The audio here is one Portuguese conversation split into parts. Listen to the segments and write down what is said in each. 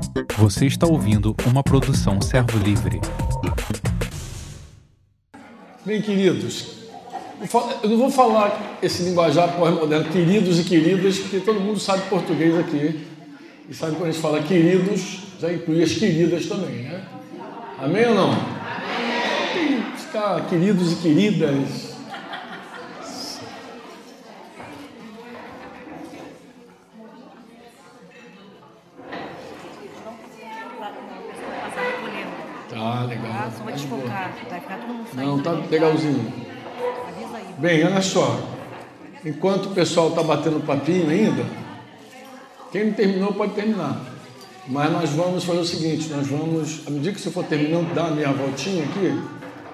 Você está ouvindo uma produção Servo Livre. Bem, queridos, eu não vou falar esse linguajar pós-moderno, queridos e queridas, porque todo mundo sabe português aqui. E sabe quando a gente fala queridos, já inclui as queridas também, né? Amém ou não? Amém. Ficar queridos e queridas. Tá, legal. Só vai desfocar, vai ficar todo mundo saindo. Não, tá legalzinho. Avisa aí. Bem, olha só. Enquanto o pessoal está batendo papinho ainda, quem não terminou pode terminar. Mas nós vamos fazer o seguinte, nós vamos, à medida que você for terminando, dar a minha voltinha aqui.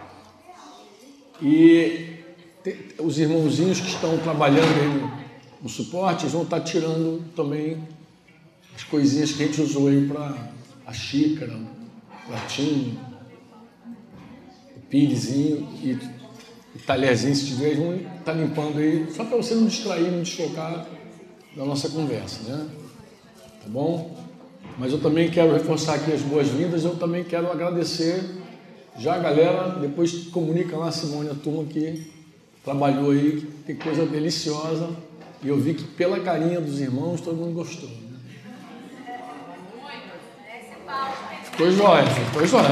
E os irmãozinhos que estão trabalhando aí no suporte, eles vão estar tirando também as coisinhas que a gente usou aí para a xícara, o pratinho, o pirezinho e o talherzinho, se tiver, eles vão estar limpando aí, só para você não distrair, não desfocar da nossa conversa, né? Tá bom? Mas eu também quero reforçar aqui as boas-vindas, eu também quero agradecer já a galera, depois comunica lá a Simone, a turma que trabalhou aí, que tem coisa deliciosa, e eu vi que pela carinha dos irmãos todo mundo gostou, né? Ficou jóia, ficou jóia.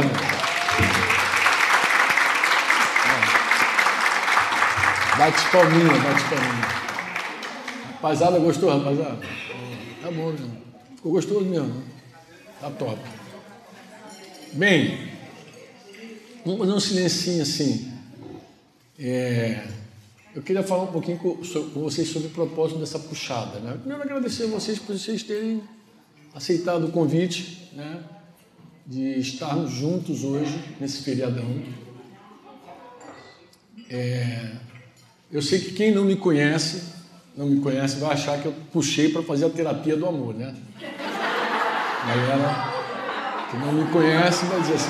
Bate palminha, bate palminha. Rapaziada, gostou, rapaziada? Tá bom mesmo. Ficou gostoso mesmo, né? Tá top. Bem, vamos fazer um silencinho assim. Eu queria falar um pouquinho com vocês sobre o propósito dessa puxada, né? Primeiro, agradecer a vocês por vocês terem aceitado o convite, né? De estarmos juntos hoje, nesse feriadão. Eu sei que quem não me conhece vai achar que eu puxei para fazer a terapia do amor, né? A galera que não me conhece vai dizer assim,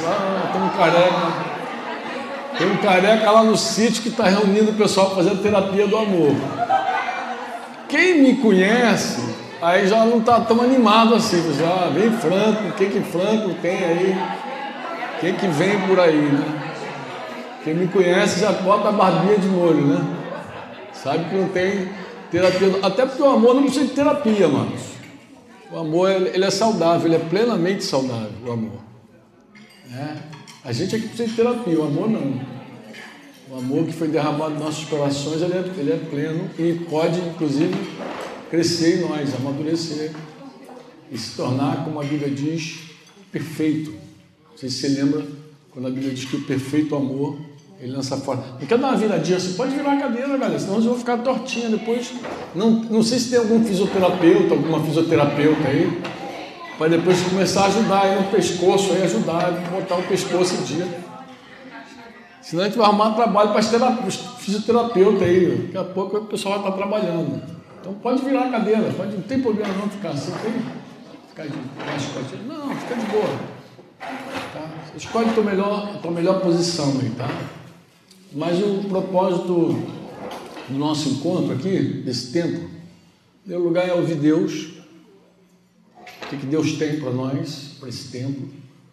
tem um careca lá no sítio que está reunindo o pessoal para fazer a terapia do amor. Quem me conhece, aí já não está tão animado assim, já vem Franco, o que Franco tem aí, quem que vem por aí, né? Quem me conhece já bota a barbinha de molho, né? Sabe que não tem terapia, até porque o amor não precisa de terapia, mano. O amor, ele é saudável, ele é plenamente saudável, o amor. A gente é que precisa de terapia, o amor não. O amor que foi derramado nos nossos corações, ele é pleno e pode, inclusive, crescer em nós, amadurecer e se tornar, como a Bíblia diz, perfeito. Não sei se você lembra, quando a Bíblia diz que o perfeito amor, ele lança fora. Não quer dar uma viradinha, você pode virar a cadeira, galera, senão você vai ficar tortinha depois. Não sei se tem algum fisioterapeuta, alguma fisioterapeuta aí, para depois começar a ajudar aí no pescoço, aí ajudar a botar o pescoço em dia. Senão a gente vai arrumar trabalho para os fisioterapeutas aí, daqui a pouco o pessoal vai estar trabalhando. Então pode virar a cadeira, não tem problema não ficar assim, ficar de mais cotinha. Não, fica de boa. Tá? Escolhe a tua melhor posição aí, tá? Mas o propósito do nosso encontro aqui, desse tempo, em primeiro lugar é ouvir Deus, o que Deus tem para nós, para esse tempo.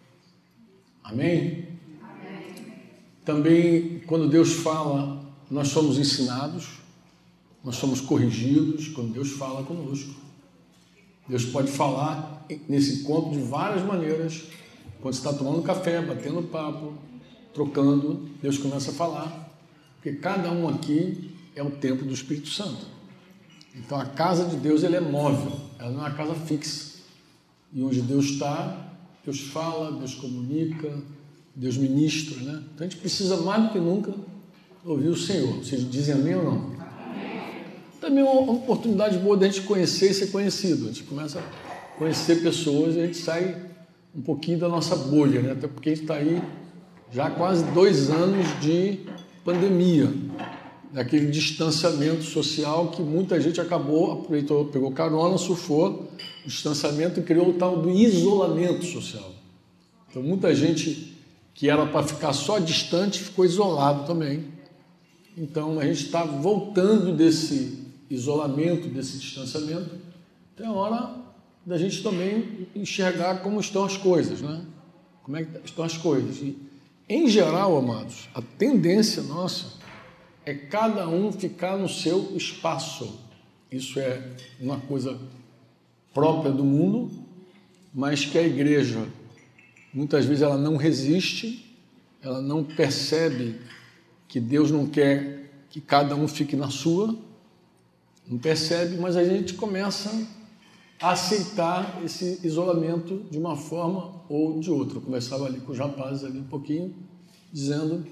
Amém? Também, quando Deus fala, nós somos ensinados, nós somos corrigidos quando Deus fala conosco. Deus pode falar nesse encontro de várias maneiras. Quando você está tomando café, batendo papo, trocando, Deus começa a falar. Porque cada um aqui é o templo do Espírito Santo. Então a casa de Deus ela é móvel, ela não é uma casa fixa. E onde Deus está, Deus fala, Deus comunica, Deus ministra, né? Então a gente precisa mais do que nunca ouvir o Senhor. Vocês dizem amém ou não? Amém. Também é uma oportunidade boa de a gente conhecer e ser conhecido. A gente começa a conhecer pessoas e a gente sai um pouquinho da nossa bolha, né? Até porque a gente está aí já há quase 2 anos de pandemia, daquele distanciamento social que muita gente aproveitou, pegou carona, surfou o distanciamento e criou o tal do isolamento social. Então muita gente que era para ficar só distante ficou isolado também. Então a gente está voltando desse isolamento, desse distanciamento. Então é hora da gente também enxergar como estão as coisas, né? Como é que estão as coisas. E, em geral, amados, a tendência nossa é cada um ficar no seu espaço. Isso é uma coisa própria do mundo, mas que a igreja, muitas vezes, ela não resiste, ela não percebe que Deus não quer que cada um fique na sua, não percebe, mas a gente começa a aceitar esse isolamento de uma forma ou de outra. Eu conversava ali com os rapazes ali um pouquinho, dizendo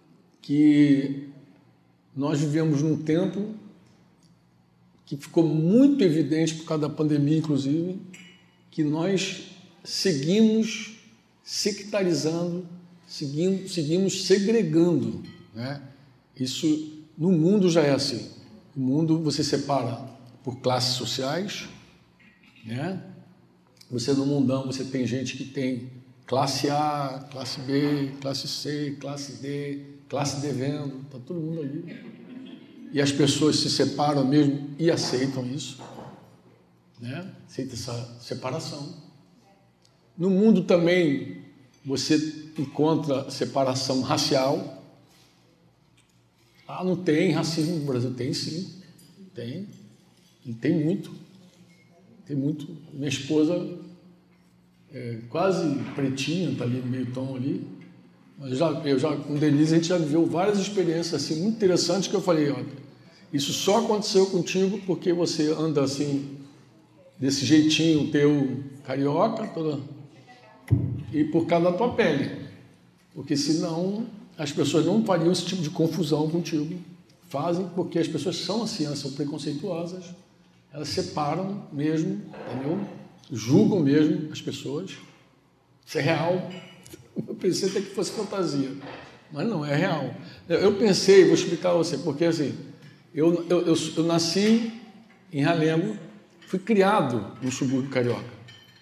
que nós vivemos num tempo que ficou muito evidente por causa da pandemia, inclusive, que nós seguimos sectarizando, seguimos segregando, né? Isso no mundo já é assim. No mundo você separa por classes sociais, né? Você no mundão você tem gente que tem classe A, classe B, classe C, classe D, classe devendo, está todo mundo ali. E as pessoas se separam mesmo e aceitam isso, né? Aceita essa separação. No mundo também você encontra separação racial. Ah, não tem racismo no Brasil? Tem sim, tem. E tem muito. Tem muito. Minha esposa é quase pretinha, está ali no meio tom ali. Mas eu já com Denise a gente já viveu várias experiências assim muito interessantes que eu falei, ó, isso só aconteceu contigo porque você anda assim desse jeitinho teu carioca, e por causa da tua pele, porque senão as pessoas não fariam esse tipo de confusão contigo. Fazem porque as pessoas são assim, elas são preconceituosas, elas separam mesmo, entendeu? Julgam mesmo as pessoas. Isso é real. Eu pensei até que fosse fantasia, mas não, é real. Eu pensei, vou explicar a você, porque assim, eu nasci em Realengo, fui criado no subúrbio carioca.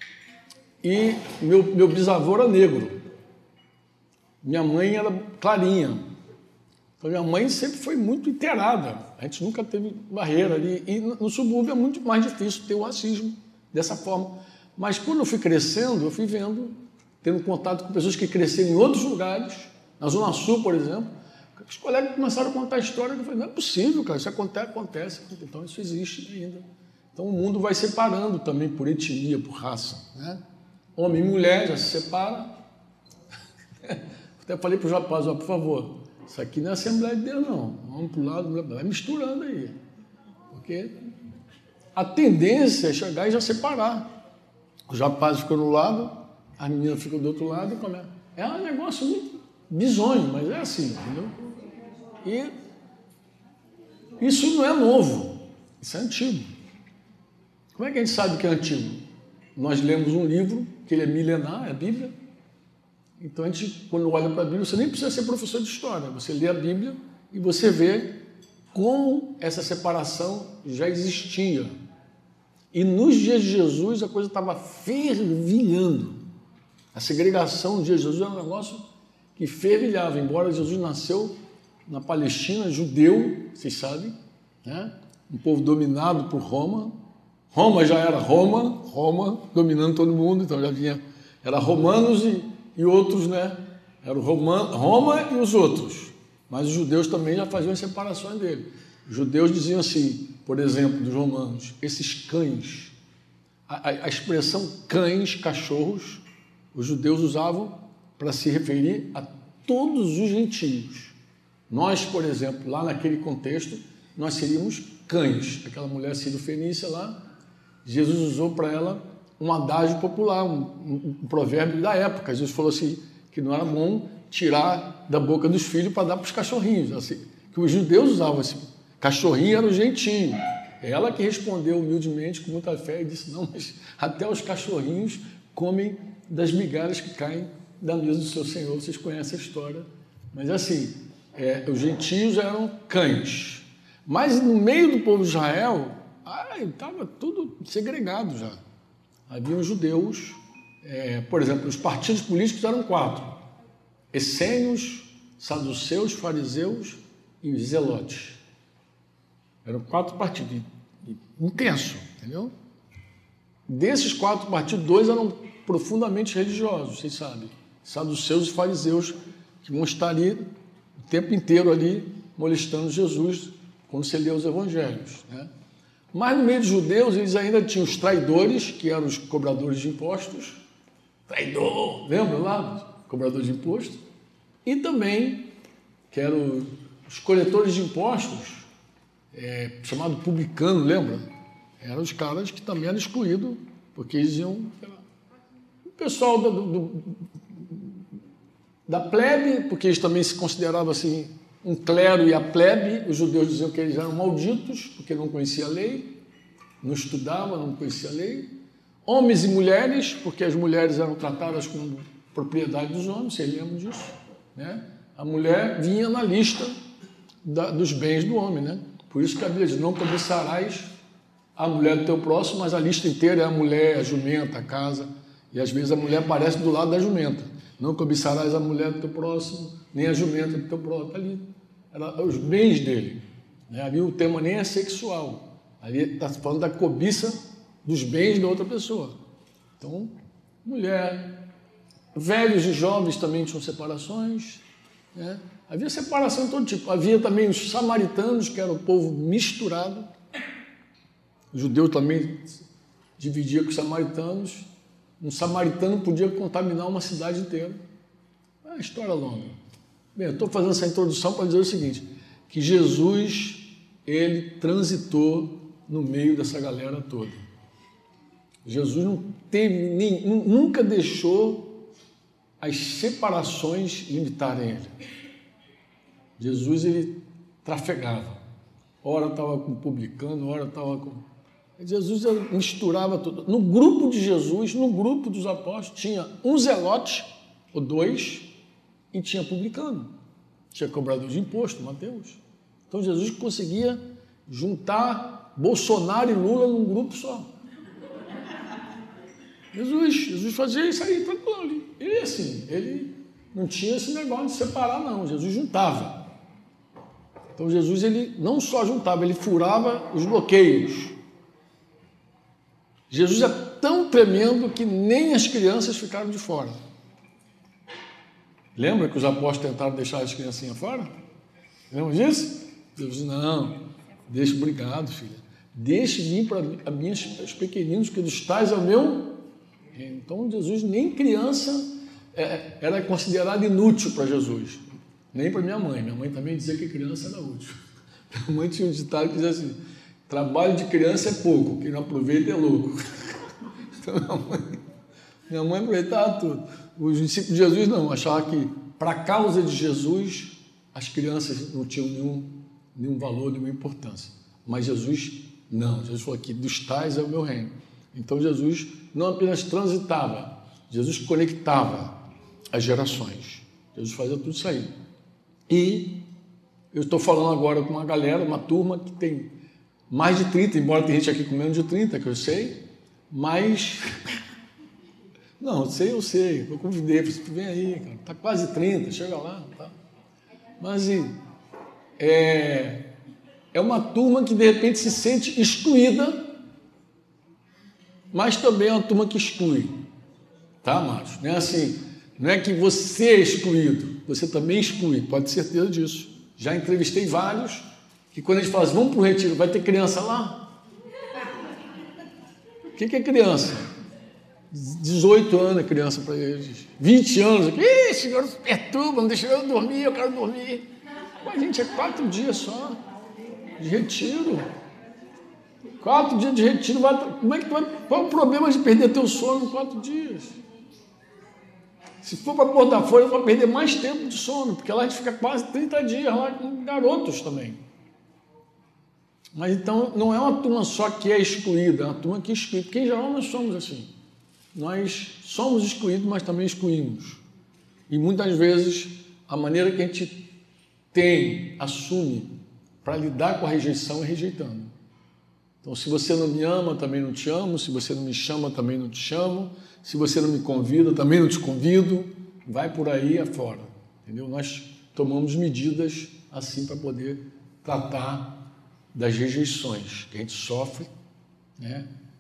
E meu bisavô era negro. Minha mãe era clarinha. Então, minha mãe sempre foi muito inteirada. A gente nunca teve barreira ali. E no subúrbio é muito mais difícil ter o racismo dessa forma. Mas quando eu fui crescendo, eu fui vendo, tendo contato com pessoas que cresceram em outros lugares, na Zona Sul, por exemplo. Os colegas começaram a contar a história. Eu falei, não é possível, cara. Isso acontece. Então, isso existe ainda. Então, o mundo vai separando também por etnia, por raça, né? Homem e mulher já se separam. Até falei para os rapazes, ó, por favor, isso aqui não é Assembleia de Deus, não. Vamos para o lado, vai misturando aí. Porque a tendência é chegar e já separar. Os rapazes ficam no lado, as meninas ficam do outro lado e começa. É um negócio muito bizonho, mas é assim, entendeu? E isso não é novo, isso é antigo. Como é que a gente sabe que é antigo? Nós lemos um livro, que ele é milenar, é a Bíblia. Então, a gente, quando olha para a Bíblia, você nem precisa ser professor de história. Você lê a Bíblia e você vê como essa separação já existia. E nos dias de Jesus, a coisa estava fervilhando. A segregação nos dias de Jesus era um negócio que fervilhava. Embora Jesus nasceu na Palestina, judeu, vocês sabem, né? Um povo dominado por Roma. Roma já era Roma dominando todo mundo, então já vinha, era romanos e outros, né? Era Roma e os outros, mas os judeus também já faziam as separações dele. Os judeus diziam assim, por exemplo, dos romanos, esses cães, a expressão cães, cachorros, os judeus usavam para se referir a todos os gentios. Nós, por exemplo, lá naquele contexto, nós seríamos cães. Aquela mulher sírio-fenícia lá, Jesus usou para ela um adágio popular, um provérbio da época. Jesus falou assim, que não era bom tirar da boca dos filhos para dar para os cachorrinhos. Assim, que os judeus usavam assim. Cachorrinho era o gentinho. Ela que respondeu humildemente, com muita fé, e disse, não, mas até os cachorrinhos comem das migalhas que caem da mesa do seu Senhor. Vocês conhecem a história. Mas assim, os gentios eram cães. Mas no meio do povo de Israel, estava tudo segregado já. Havia os judeus, por exemplo, os partidos políticos eram 4. Essênios, saduceus, fariseus e zelotes. Eram 4 partidos, intenso, entendeu? Desses 4 partidos, 2 eram profundamente religiosos, vocês sabem. Saduceus e fariseus, que vão estar ali o tempo inteiro ali molestando Jesus quando você lê os evangelhos, né? Mas no meio dos judeus, eles ainda tinham os traidores, que eram os cobradores de impostos. Traidor, lembra lá? Cobrador de imposto. E também, que eram os coletores de impostos, chamado publicano, lembra? Eram os caras que também eram excluídos, porque eles iam... O pessoal da plebe, porque eles também se consideravam assim, um clero e a plebe, os judeus diziam que eles eram malditos, porque não conheciam a lei, não estudavam, não conheciam a lei. Homens e mulheres, porque as mulheres eram tratadas como propriedade dos homens, vocês lembram disso, né? A mulher vinha na lista dos bens do homem, né? Por isso que a Bíblia diz, não cobiçarás a mulher do teu próximo, mas a lista inteira é a mulher, a jumenta, a casa, e às vezes a mulher aparece do lado da jumenta. Não cobiçarás a mulher do teu próximo, nem a jumenta do teu próximo. Ali, eram os bens dele, né? Ali o tema nem é sexual, ali está falando da cobiça dos bens da outra pessoa. Então, mulher, velhos e jovens também tinham separações, né? Havia separação de todo tipo. Havia também os samaritanos, que era o povo misturado. O judeu também dividia com os samaritanos. Um samaritano podia contaminar uma cidade inteira. É uma história longa. Bem, eu estou fazendo essa introdução para dizer o seguinte, que Jesus, ele transitou no meio dessa galera toda. Jesus nunca deixou as separações limitarem ele. Jesus, ele trafegava. Ora estava com o publicano, ora estava com... Jesus misturava tudo. No grupo de Jesus, no grupo dos apóstolos, tinha um zelote, ou 2, e tinha publicano. Tinha cobrador de imposto, Mateus. Então Jesus conseguia juntar Bolsonaro e Lula num grupo só. Jesus fazia isso aí, tranquilo. E assim, ele não tinha esse negócio de separar, não. Jesus juntava. Então Jesus, ele não só juntava, ele furava os bloqueios. Jesus é tão tremendo que nem as crianças ficaram de fora. Lembra que os apóstolos tentaram deixar as criancinhas fora? Lembra disso? Jesus disse, não, deixa, obrigado, filha. Deixe vir para os pequeninos, que dos tais é o meu. Então Jesus, nem criança era considerada inútil para Jesus. Nem para minha mãe. Minha mãe também dizia que criança era útil. Minha mãe tinha um ditado que dizia assim, trabalho de criança é pouco, quem não aproveita é louco. Então minha mãe aproveitava tudo. Os discípulos de Jesus não, achavam que para a causa de Jesus as crianças não tinham nenhum valor, nenhuma importância. Mas Jesus não, Jesus falou que dos tais é o meu reino. Então Jesus não apenas transitava, Jesus conectava as gerações. Jesus fazia tudo isso aí. E eu estou falando agora com uma galera, uma turma que tem mais de 30, embora tem gente aqui com menos de 30, que eu sei, mas... Não, eu sei, eu convidei, falei, vem aí, cara, tá quase 30, chega lá, tá? Mas é uma turma que de repente se sente excluída, mas também é uma turma que exclui, tá, amados? Não é assim, não é que você é excluído, você também exclui, pode ter certeza disso. Já entrevistei vários que quando eles falam assim, vamos para o retiro, vai ter criança lá? O que é criança? 18 anos é criança para eles, 20 anos, ih, senhor, se perturba, não deixa eu dormir, eu quero dormir. Mas, gente, é 4 dias só de retiro. 4 dias de retiro, como é que qual o problema de perder teu sono em 4 dias? Se for para Botafogo, vai perder mais tempo de sono, porque lá a gente fica quase 30 dias lá com garotos também. Mas então não é uma turma só que é excluída, é uma turma que exclui, porque em geral nós somos assim. Nós somos excluídos, mas também excluímos. E muitas vezes a maneira que a gente assume para lidar com a rejeição é rejeitando. Então, se você não me ama, também não te amo. Se você não me chama, também não te chamo. Se você não me convida, também não te convido. Vai por aí afora. Entendeu? Nós tomamos medidas assim para poder tratar das rejeições que a gente sofre, né?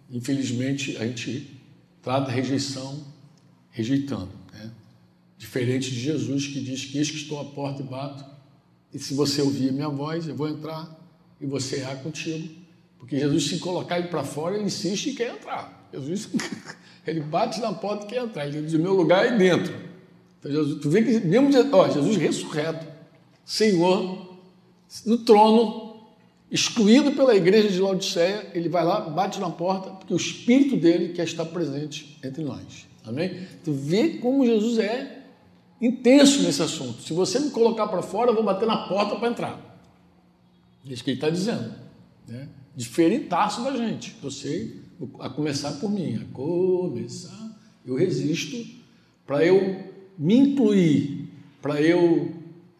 Infelizmente, a gente trata a rejeição rejeitando, né? Diferente de Jesus, que diz que eis que estou à porta e bato, e se você ouvir a minha voz, eu vou entrar e você há contigo. Porque Jesus, se colocar ele para fora, ele insiste e quer entrar. Jesus, ele bate na porta e quer entrar. Ele diz, o meu lugar é aí dentro. Então, Jesus, tu vê que mesmo Jesus ressurreto, Senhor, no trono, excluído pela igreja de Laodiceia, ele vai lá, bate na porta, porque o Espírito dele quer estar presente entre nós. Amém? Tu vê como Jesus é intenso nesse assunto. Se você me colocar para fora, eu vou bater na porta para entrar. É isso que ele está dizendo, né? Diferentaço da gente. Você, a começar por mim, a começar, eu resisto para eu me incluir, para eu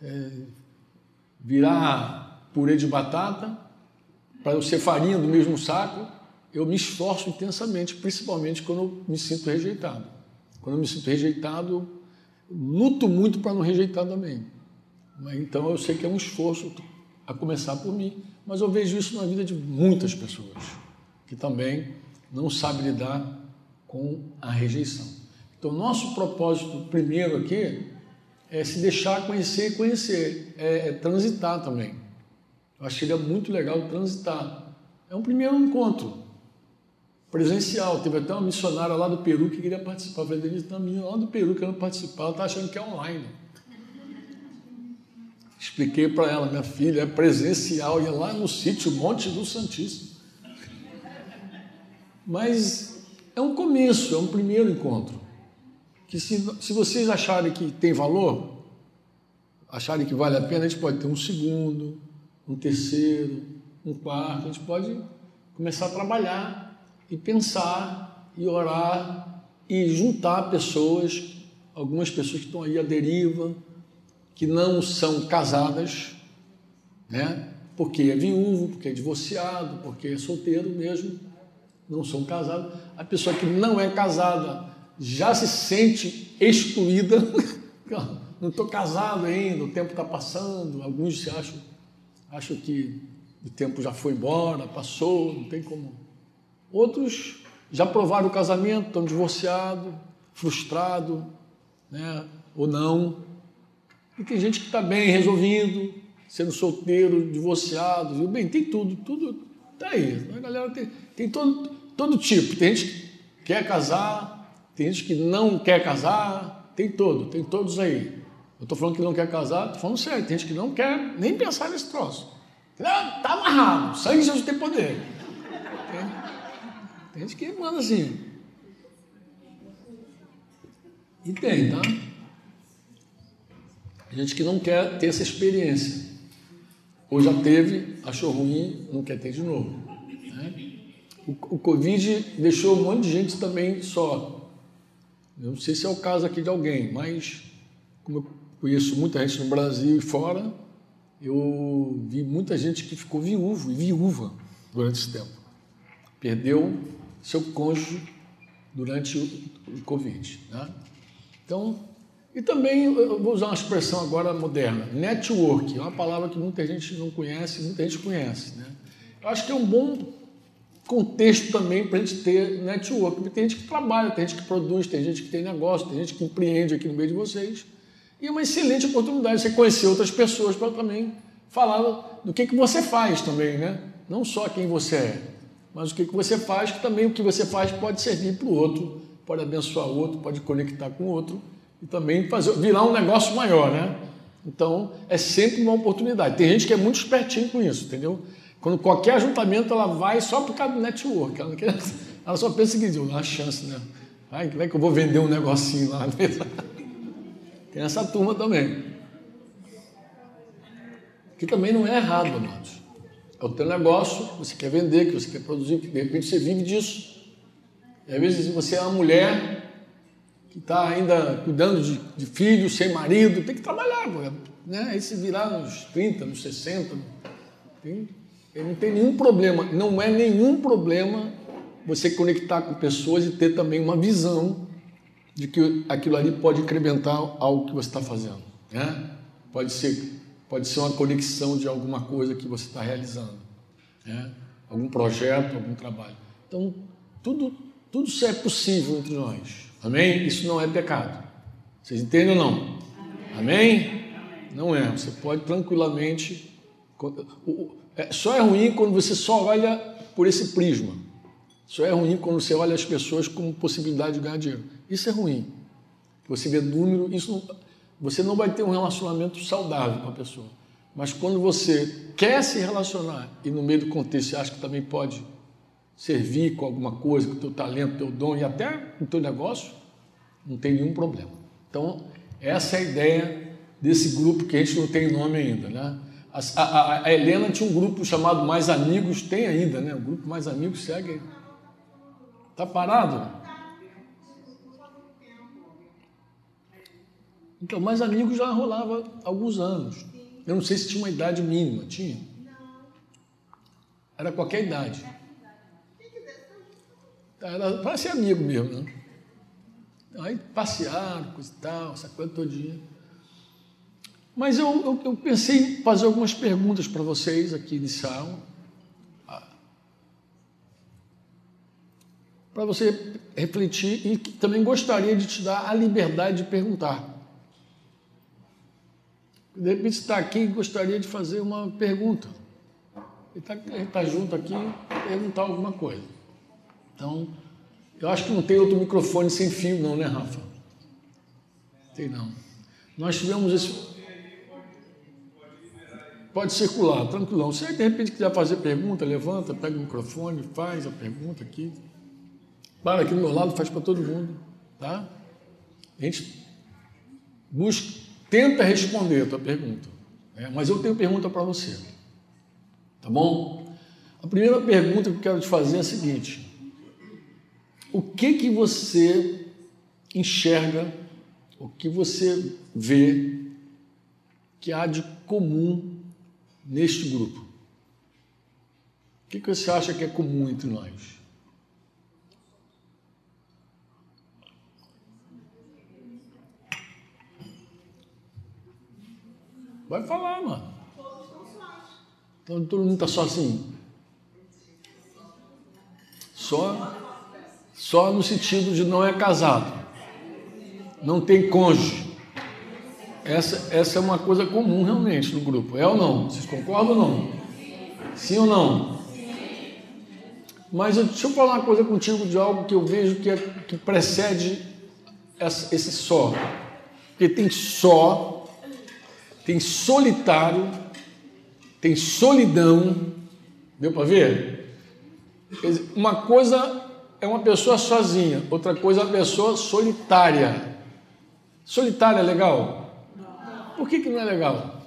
virar purê de batata, para eu ser farinha do mesmo saco, eu me esforço intensamente, principalmente quando eu me sinto rejeitado. Quando eu me sinto rejeitado, eu luto muito para não rejeitar também. Então eu sei que é um esforço a começar por mim, mas eu vejo isso na vida de muitas pessoas que também não sabem lidar com a rejeição. Então nosso propósito primeiro aqui é se deixar conhecer e conhecer, é transitar também. Eu acho que ele é muito legal transitar. É um primeiro encontro presencial. Teve até uma missionária lá do Peru que queria participar. Eu falei, Denise, tem uma menina lá do Peru querendo participar, ela está achando que é online. Expliquei para ela, minha filha, é presencial, ia lá no sítio Monte do Santíssimo. Mas é um começo, é um primeiro encontro. Que se vocês acharem que tem valor, acharem que vale a pena, a gente pode ter um segundo, um terceiro, um quarto, a gente pode começar a trabalhar e pensar e orar e juntar pessoas, algumas pessoas que estão aí à deriva, que não são casadas, né? Porque é viúvo, porque é divorciado, porque é solteiro mesmo, não são casados. A pessoa que não é casada já se sente excluída. Não estou casado ainda, o tempo está passando. Alguns se acham que o tempo já foi embora, passou, não tem como. Outros já provaram o casamento, estão divorciados, frustrados, né? Ou não. E tem gente que está bem resolvido, sendo solteiro, divorciado, viu? Bem, tem tudo está aí. A galera tem todo tipo. Tem gente que quer casar, tem gente que não quer casar, tem todos aí. Eu estou falando que não quer casar, estou falando sério, tem gente que não quer nem pensar nesse troço. Está amarrado, sangue de Jesus tem poder. Tem gente que manda assim. E tem, tá? Gente que não quer ter essa experiência. Ou já teve, achou ruim, não quer ter de novo. Né? O Covid deixou um monte de gente também só. Eu não sei se é o caso aqui de alguém, mas como eu conheço muita gente no Brasil e fora, eu vi muita gente que ficou viúvo e viúva durante esse tempo. Perdeu seu cônjuge durante o Covid. Né? Então, e também, eu vou usar uma expressão agora moderna, network, é uma palavra que muita gente não conhece, muita gente conhece. Né? Eu acho que é um bom contexto também para a gente ter network, porque tem gente que trabalha, tem gente que produz, tem gente que tem negócio, tem gente que empreende aqui no meio de vocês, e é uma excelente oportunidade de você conhecer outras pessoas para também falar do que você faz também, né? Não só quem você é, mas o que você faz, que também o que você faz pode servir para o outro, pode abençoar o outro, pode conectar com o outro, e também virar um negócio maior, né? Então, é sempre uma oportunidade. Tem gente que é muito espertinho com isso, entendeu? Quando qualquer ajuntamento, ela vai só por causa do network. Ela só pensa o seguinte, uma chance, né? Vai, como é que eu vou vender um negocinho lá? Tem essa turma também. Que também não é errado, amados. É o teu negócio, que você quer vender, que você quer produzir, que de repente você vive disso. E às vezes você é uma mulher que está ainda cuidando de filhos, sem marido, tem que trabalhar, né? Aí se virar nos 30, nos 60, não tem nenhum problema, não é nenhum problema você conectar com pessoas e ter também uma visão de que aquilo ali pode incrementar algo que você está fazendo, né? Pode ser uma conexão de alguma coisa que você está realizando, né? Algum projeto, algum trabalho. Então, Tudo isso é possível entre nós. Amém? Isso não é pecado. Vocês entendem ou não? Amém? Não é. Você pode tranquilamente... Só é ruim quando você só olha por esse prisma. Só é ruim quando você olha as pessoas como possibilidade de ganhar dinheiro. Isso é ruim. Você vê número, você não vai ter um relacionamento saudável com a pessoa. Mas quando você quer se relacionar e no meio do contexto você acha que também pode servir com alguma coisa, com o teu talento, teu dom e até com o teu negócio, não tem nenhum problema. Então, essa é a ideia desse grupo que a gente não tem nome ainda, né? A Helena tinha um grupo chamado Mais Amigos, tem ainda, né? O grupo Mais Amigos segue. Tá parado? Então, Mais Amigos já rolava há alguns anos. Eu não sei se tinha uma idade mínima, tinha? Era qualquer idade. Era para ser amigo mesmo, né? Aí passearam, coisa e tal, essa coisa todinha. Mas eu pensei em fazer algumas perguntas para vocês aqui inicial, para você refletir e também gostaria de te dar a liberdade de perguntar. De repente você está aqui e gostaria de fazer uma pergunta. Ele está junto aqui e perguntar alguma coisa. Então, eu acho que não tem outro microfone sem fio não, né, Rafa? Tem não. Nós tivemos esse... Pode circular, tranquilão. Se de repente quiser fazer pergunta, levanta, pega o microfone, faz a pergunta aqui. Para aqui do meu lado, faz para todo mundo, tá? A gente tenta responder a tua pergunta, né? Mas eu tenho pergunta para você, tá bom? A primeira pergunta que eu quero te fazer é a seguinte: o que você enxerga, o que você vê que há de comum neste grupo? O que você acha que é comum entre nós? Vai falar, mano. Então todo mundo está sozinho. Só no sentido de não é casado. Não tem cônjuge. Essa é uma coisa comum realmente no grupo. É ou não? Vocês concordam ou não? Sim ou não? Mas deixa eu falar uma coisa contigo de algo que eu vejo que precede esse só. Porque tem só, tem solitário, tem solidão. Deu para ver? Uma coisa é uma pessoa sozinha, outra coisa é uma pessoa solitária. Solitária é legal? Por que não é legal?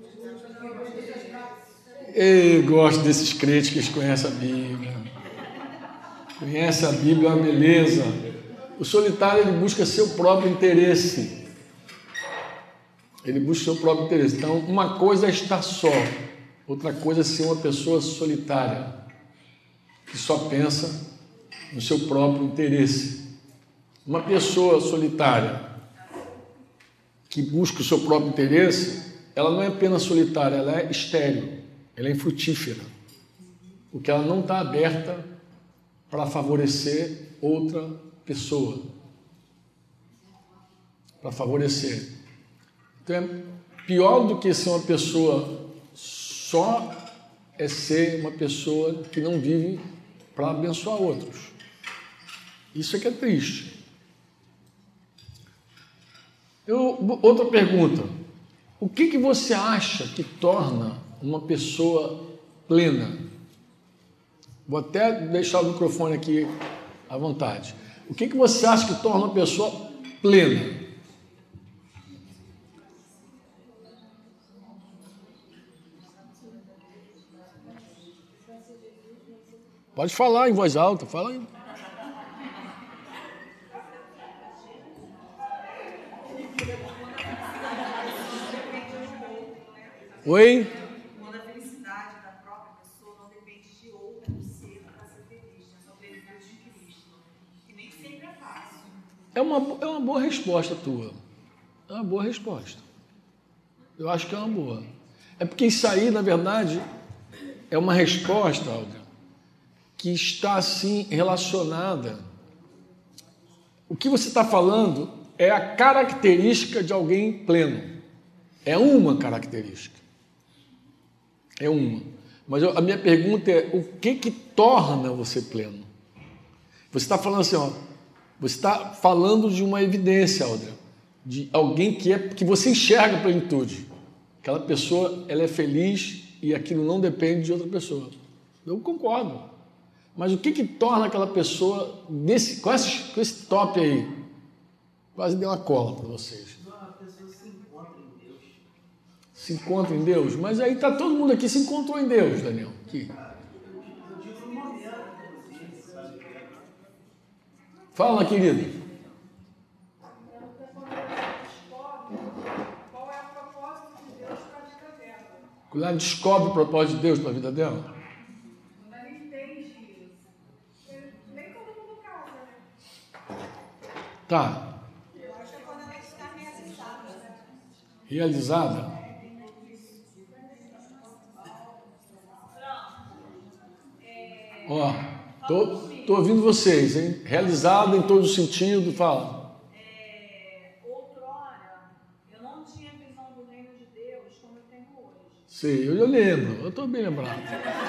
Eu gosto desses crentes que conhecem a Bíblia. Conhece a Bíblia, é uma beleza. O solitário, ele busca seu próprio interesse. Ele busca seu próprio interesse. Então, uma coisa é estar só, outra coisa é ser uma pessoa solitária, que só pensa no seu próprio interesse. Uma pessoa solitária que busca o seu próprio interesse, ela não é apenas solitária, ela é estéril, ela é infrutífera, porque ela não está aberta para favorecer outra pessoa, para favorecer. Então, é pior do que ser uma pessoa só, é ser uma pessoa que não vive para abençoar outros. Isso é que é triste. Outra pergunta. O que você acha que torna uma pessoa plena? Vou até deixar o microfone aqui à vontade. O que você acha que torna uma pessoa plena? Pode falar em voz alta, fala aí. Oi? Quando a felicidade da própria pessoa não depende de outra pessoa para ser feliz, é só plenitude de Cristo, que nem sempre é fácil. É uma boa resposta tua. É uma boa resposta. Eu acho que é uma boa. É porque isso aí, na verdade, é uma resposta, Olga, que está assim relacionada. O que você está falando é a característica de alguém pleno. É uma característica. É uma. Mas a minha pergunta é, o que torna você pleno? Você está falando assim, ó, você está falando de uma evidência, Aldra, de alguém que você enxerga a plenitude. Aquela pessoa, ela é feliz e aquilo não depende de outra pessoa. Eu concordo. Mas o que torna aquela pessoa, com esse top aí, quase deu uma cola para vocês. A pessoa se encontra em Deus. Se encontra em Deus? Mas aí está todo mundo aqui se encontrou em Deus, Daniel. Aqui. Eu digo no momento, sabe? Fala, querido. Qual é o propósito de Deus para a vida dela? Quando ela descobre o propósito de Deus para a vida dela. Quando ela entende isso. Nem todo mundo casa, né? Tá. Eu acho que é quando ela está realizada, né? Realizada. Ó, tô ouvindo vocês, hein? Realizada em todo o sentido, fala. Outrora, eu não tinha visão do reino de Deus como eu tenho hoje. Sei, eu lembro, eu estou bem lembrado.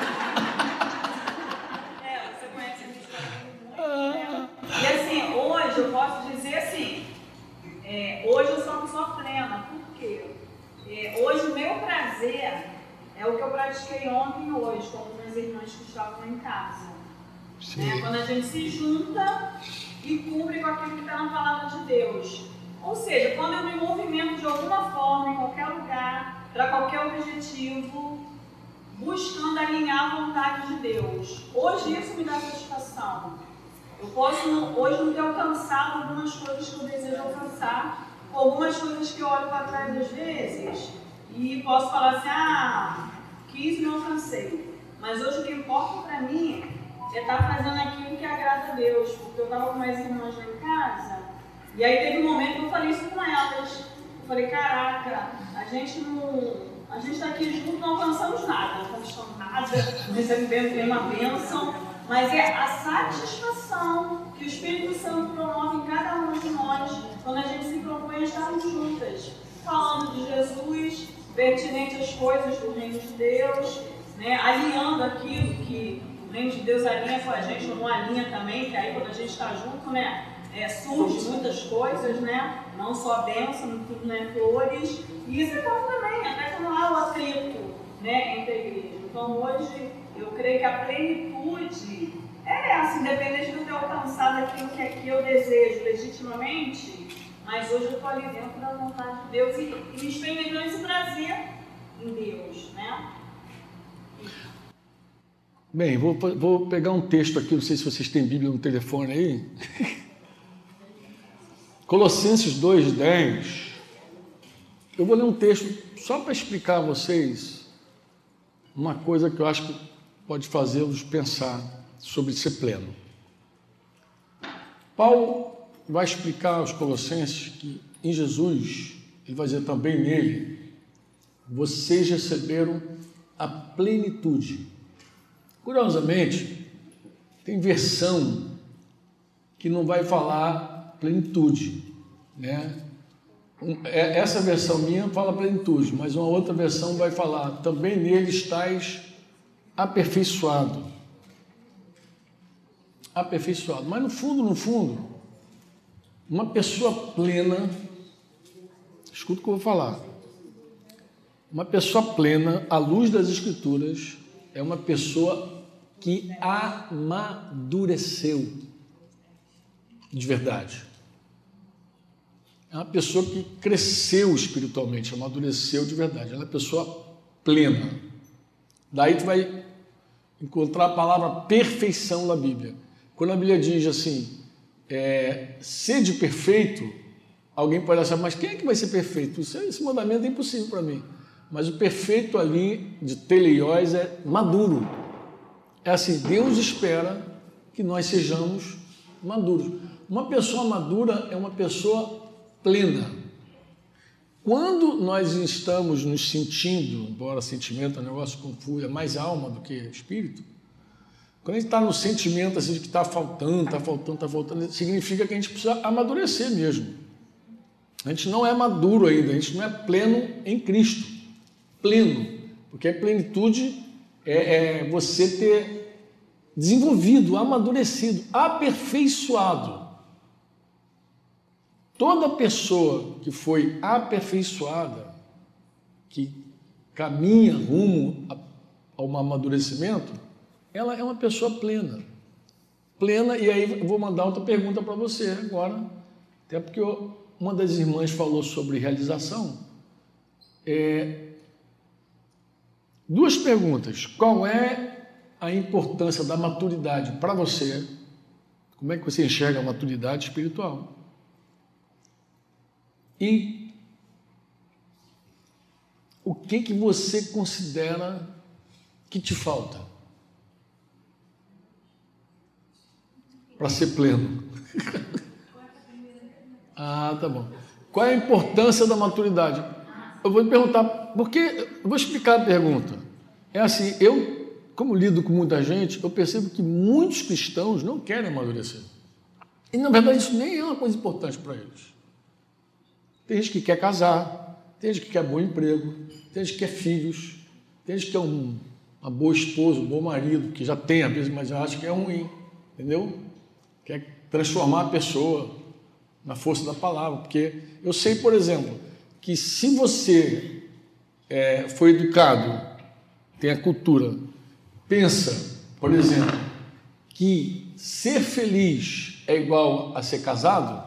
Você conhece a minha história muito, né? E assim, hoje eu posso dizer assim, hoje eu sou uma pessoa plena, por quê? Hoje o meu prazer é o que eu pratiquei ontem e hoje, com minhas irmãs que estavam lá em casa. Quando a gente se junta e cumpre com aquilo que está na palavra de Deus. Ou seja, quando eu me movimento de alguma forma, em qualquer lugar, para qualquer objetivo, buscando alinhar a vontade de Deus. Hoje isso me dá satisfação. Eu posso hoje não ter alcançado algumas coisas que eu desejo alcançar, algumas coisas que eu olho para trás às vezes e posso falar assim, quis e não alcancei. Mas hoje o que importa para mim é estar fazendo aquilo que agrada a Deus, porque eu estava com minhas irmãs lá em casa, e aí teve um momento que eu falei isso com elas. Eu falei, caraca, a gente está aqui junto, não alcançamos nada, não conquistamos nada, não recebemos nenhuma bênção, mas é a satisfação que o Espírito Santo promove em cada um de nós, quando a gente se propõe a estarmos juntas, falando de Jesus, pertinente às coisas do reino de Deus, né, alinhando aquilo que o reino de Deus alinha com a gente, não alinha também, que aí quando a gente está junto, né, surge muitas coisas, né, não só bênção, tudo, né, flores, e isso é bom também, até quando há o atrito, né, entre a igreja. Então hoje eu creio que a plenitude assim, independente de eu ter alcançado aquilo que eu desejo legitimamente, mas hoje eu estou ali dentro da vontade de Deus e me experimentando esse prazer em Deus, né? Bem, vou pegar um texto aqui, não sei se vocês têm Bíblia no telefone aí. Colossenses 2:10. Eu vou ler um texto só para explicar a vocês uma coisa que eu acho que pode fazê-los pensar sobre ser pleno. Paulo vai explicar aos Colossenses que em Jesus, ele vai dizer também nele, vocês receberam a plenitude. Curiosamente, tem versão que não vai falar plenitude, né? Essa versão minha fala plenitude, mas uma outra versão vai falar também nele estáis aperfeiçoado. Aperfeiçoado. Mas no fundo, uma pessoa plena, escuta o que eu vou falar, uma pessoa plena, à luz das Escrituras, é uma pessoa que amadureceu de verdade. É uma pessoa que cresceu espiritualmente, amadureceu de verdade. Ela é uma pessoa plena. Daí tu vai encontrar a palavra perfeição na Bíblia. Quando a Bíblia diz assim, sede perfeito, alguém pode achar, mas quem é que vai ser perfeito? Esse mandamento é impossível para mim. Mas o perfeito ali, de teleiós, é maduro. É assim, Deus espera que nós sejamos maduros. Uma pessoa madura é uma pessoa plena. Quando nós estamos nos sentindo, embora sentimento é um negócio confuso, é mais alma do que espírito, Quando a gente está no sentimento assim, de que está faltando, significa que a gente precisa amadurecer mesmo. A gente não é maduro ainda, a gente não é pleno em Cristo. Pleno. Porque a plenitude é você ter desenvolvido, amadurecido, aperfeiçoado. Toda pessoa que foi aperfeiçoada, que caminha rumo a um amadurecimento, ela é uma pessoa plena. Plena, e aí eu vou mandar outra pergunta para você agora, até porque uma das irmãs falou sobre realização. Duas perguntas. Qual é a importância da maturidade para você? Como é que você enxerga a maturidade espiritual? E o que você considera que te falta para ser pleno? Ah, tá bom. Qual é a importância da maturidade? Eu vou lhe perguntar, porque eu vou explicar a pergunta. É assim, eu, como lido com muita gente, eu percebo que muitos cristãos não querem amadurecer. E, na verdade, isso nem é uma coisa importante para eles. Tem gente que quer casar, tem gente que quer bom emprego, tem gente que quer filhos, tem gente que quer uma boa esposa, um bom marido, que já tem às vezes, mas eu acho que é ruim, entendeu? Quer transformar a pessoa na força da palavra, porque eu sei, por exemplo, que se você foi educado, tem a cultura, pensa, por exemplo, que ser feliz é igual a ser casado,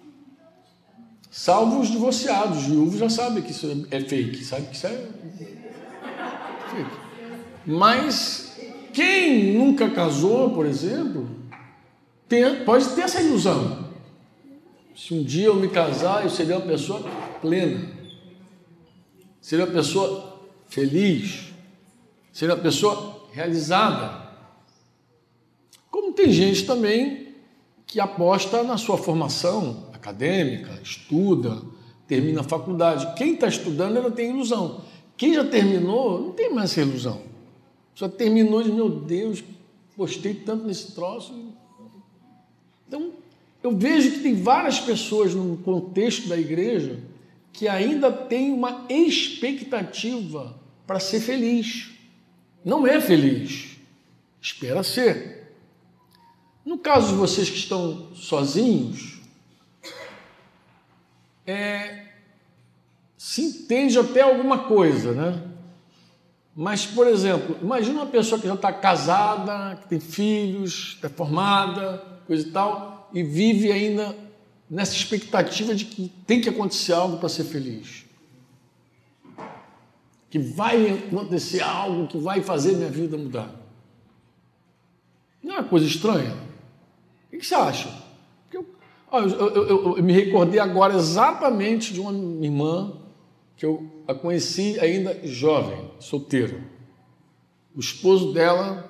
salvo os divorciados, os viúvos já sabem que isso é fake, sabe que isso é fake. Mas quem nunca casou, por exemplo, pode ter essa ilusão. Se um dia eu me casar, eu seria uma pessoa plena, seria uma pessoa feliz, seria uma pessoa realizada. Como tem gente também que aposta na sua formação acadêmica, estuda, termina a faculdade. Quem está estudando, ela tem ilusão. Quem já terminou, não tem mais essa ilusão. Só terminou e diz, meu Deus, gostei tanto nesse troço. Então, eu vejo que tem várias pessoas no contexto da igreja que ainda tem uma expectativa para ser feliz. Não é feliz. Espera ser. No caso de vocês que estão sozinhos, se entende até alguma coisa, né? Mas, por exemplo, imagina uma pessoa que já está casada, que tem filhos, é formada, coisa e tal, e vive ainda nessa expectativa de que tem que acontecer algo para ser feliz. Que vai acontecer algo que vai fazer minha vida mudar. Não é uma coisa estranha? O que você acha? Eu me recordei agora exatamente de uma irmã que eu a conheci ainda jovem, solteira. O esposo dela,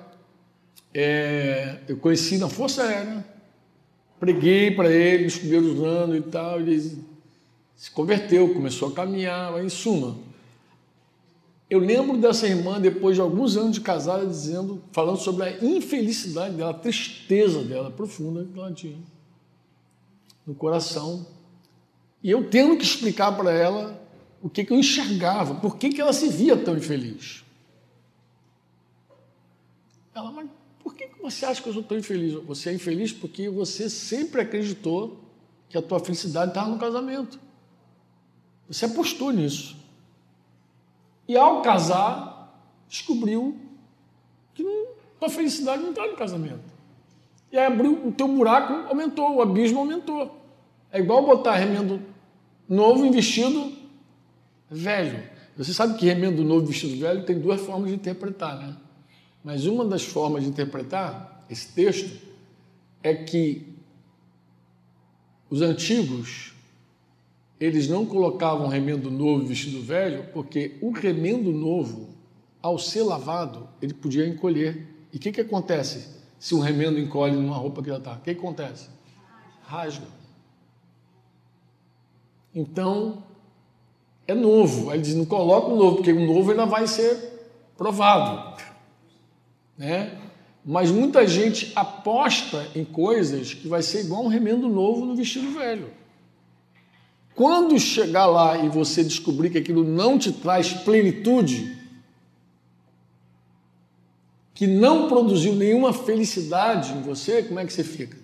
eu conheci na Força Aérea, preguei para ele nos primeiros anos e tal, ele se converteu, começou a caminhar, em suma. Eu lembro dessa irmã, depois de alguns anos de casada, falando sobre a infelicidade dela, a tristeza dela profunda que ela tinha no coração. E eu tendo que explicar para ela o que eu enxergava, por que ela se via tão infeliz. Ela, mas por que você acha que eu sou tão infeliz? Você é infeliz porque você sempre acreditou que a tua felicidade estava no casamento. Você apostou nisso. E ao casar, descobriu que a tua felicidade não está no casamento. E aí abriu, o teu buraco aumentou, o abismo aumentou. É igual botar remendo novo em vestido velho. Você sabe que remendo novo e vestido velho tem duas formas de interpretar, né? Mas uma das formas de interpretar esse texto é que os antigos, eles não colocavam remendo novo e vestido velho porque o remendo novo, ao ser lavado, ele podia encolher. E o que acontece se um remendo encolhe numa roupa que já está? O que acontece? Rasga. Então, é novo. Aí ele diz, não coloca o novo, porque o novo ainda vai ser provado. Né? Mas muita gente aposta em coisas que vai ser igual um remendo novo no vestido velho. Quando chegar lá e você descobrir que aquilo não te traz plenitude, que não produziu nenhuma felicidade em você, como é que você fica?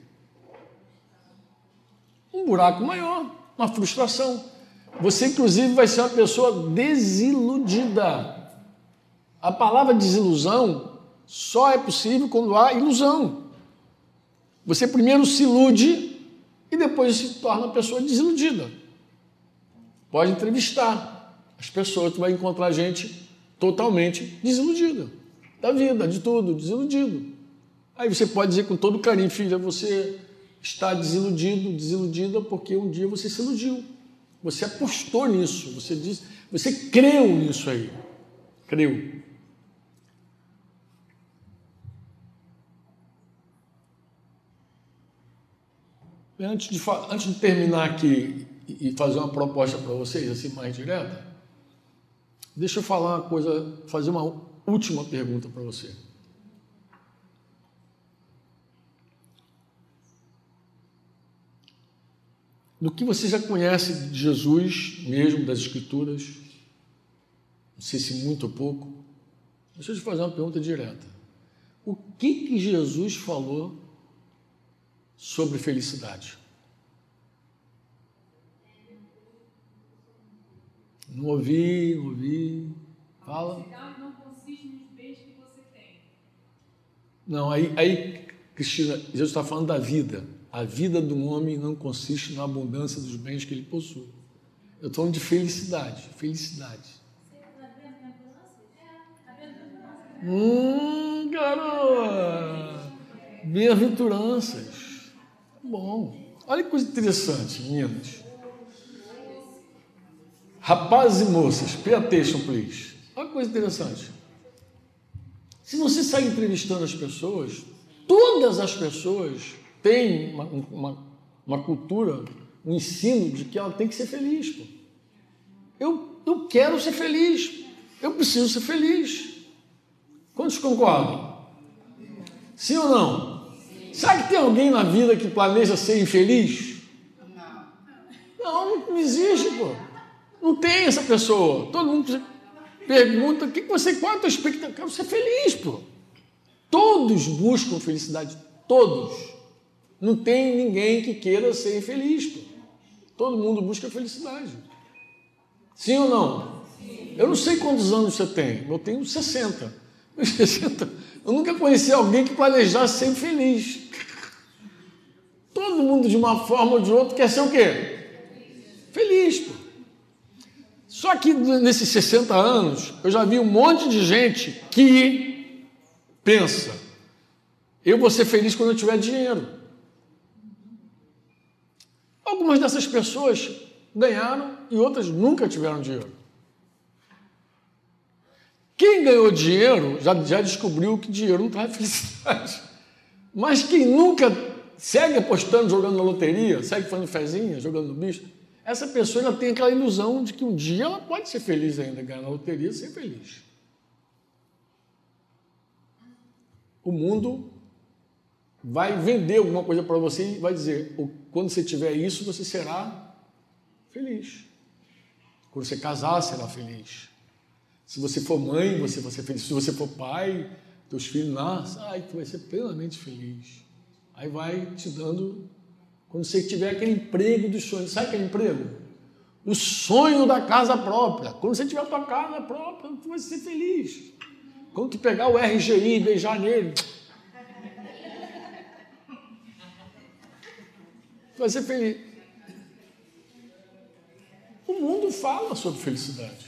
Um buraco maior, uma frustração. Você, inclusive, vai ser uma pessoa desiludida. A palavra desilusão só é possível quando há ilusão. Você primeiro se ilude e depois se torna uma pessoa desiludida. Pode entrevistar as pessoas, tu vai encontrar gente totalmente desiludida. Da vida, de tudo, desiludido. Aí você pode dizer com todo carinho, filha, você está desiludido, desiludida, porque um dia você se iludiu. Você apostou nisso, você creu nisso aí. Creu. Antes de terminar aqui e fazer uma proposta para vocês, assim, mais direta, deixa eu falar uma coisa, fazer uma última pergunta para você. Do que você já conhece de Jesus, mesmo das Escrituras, não sei se muito ou pouco, deixa eu te fazer uma pergunta direta. O que Jesus falou sobre felicidade? Não ouvi. Fala. Não consiste nos bens que você tem. Não, aí, Cristina, Jesus está falando da vida. A vida do homem não consiste na abundância dos bens que ele possui. Eu estou falando de felicidade. Garoto! Bem-aventuranças. Bom, olha que coisa interessante, meninas. Rapazes e moças, pay attention, please. Olha que coisa interessante. Se você sair entrevistando as pessoas, todas as pessoas têm uma cultura, um ensino de que ela tem que ser feliz. Pô. Eu quero ser feliz. Eu preciso ser feliz. Quantos concordam? Sim ou não? Sim. Sabe que tem alguém na vida que planeja ser infeliz? Não existe, pô. Não tem essa pessoa. Todo mundo pergunta, qual é a tua expectativa? Eu quero ser feliz, pô. Todos buscam felicidade, todos. Não tem ninguém que queira ser infeliz, pô. Todo mundo busca felicidade. Sim ou não? Sim. Eu não sei quantos anos você tem, eu tenho 60. Eu nunca conheci alguém que planejasse ser infeliz. Todo mundo, de uma forma ou de outra, quer ser o quê? Feliz, pô. Só que nesses 60 anos, eu já vi um monte de gente que pensa, eu vou ser feliz quando eu tiver dinheiro. Algumas dessas pessoas ganharam e outras nunca tiveram dinheiro. Quem ganhou dinheiro já descobriu que dinheiro não traz felicidade. Mas quem nunca segue apostando, jogando na loteria, segue fazendo fezinha, jogando no bicho, essa pessoa ainda tem aquela ilusão de que um dia ela pode ser feliz ainda, ganhar na loteria e ser feliz. O mundo vai vender alguma coisa para você e vai dizer, quando você tiver isso, você será feliz. Quando você casar, será feliz. Se você for mãe, você vai ser feliz. Se você for pai, teus filhos nascem, tu vai ser plenamente feliz. Aí vai te dando... Quando você tiver aquele emprego dos sonhos, sabe aquele emprego? O sonho da casa própria. Quando você tiver a tua casa própria, tu vai ser feliz. Quando tu pegar o RGI e beijar nele, tu vai ser feliz. O mundo fala sobre felicidade.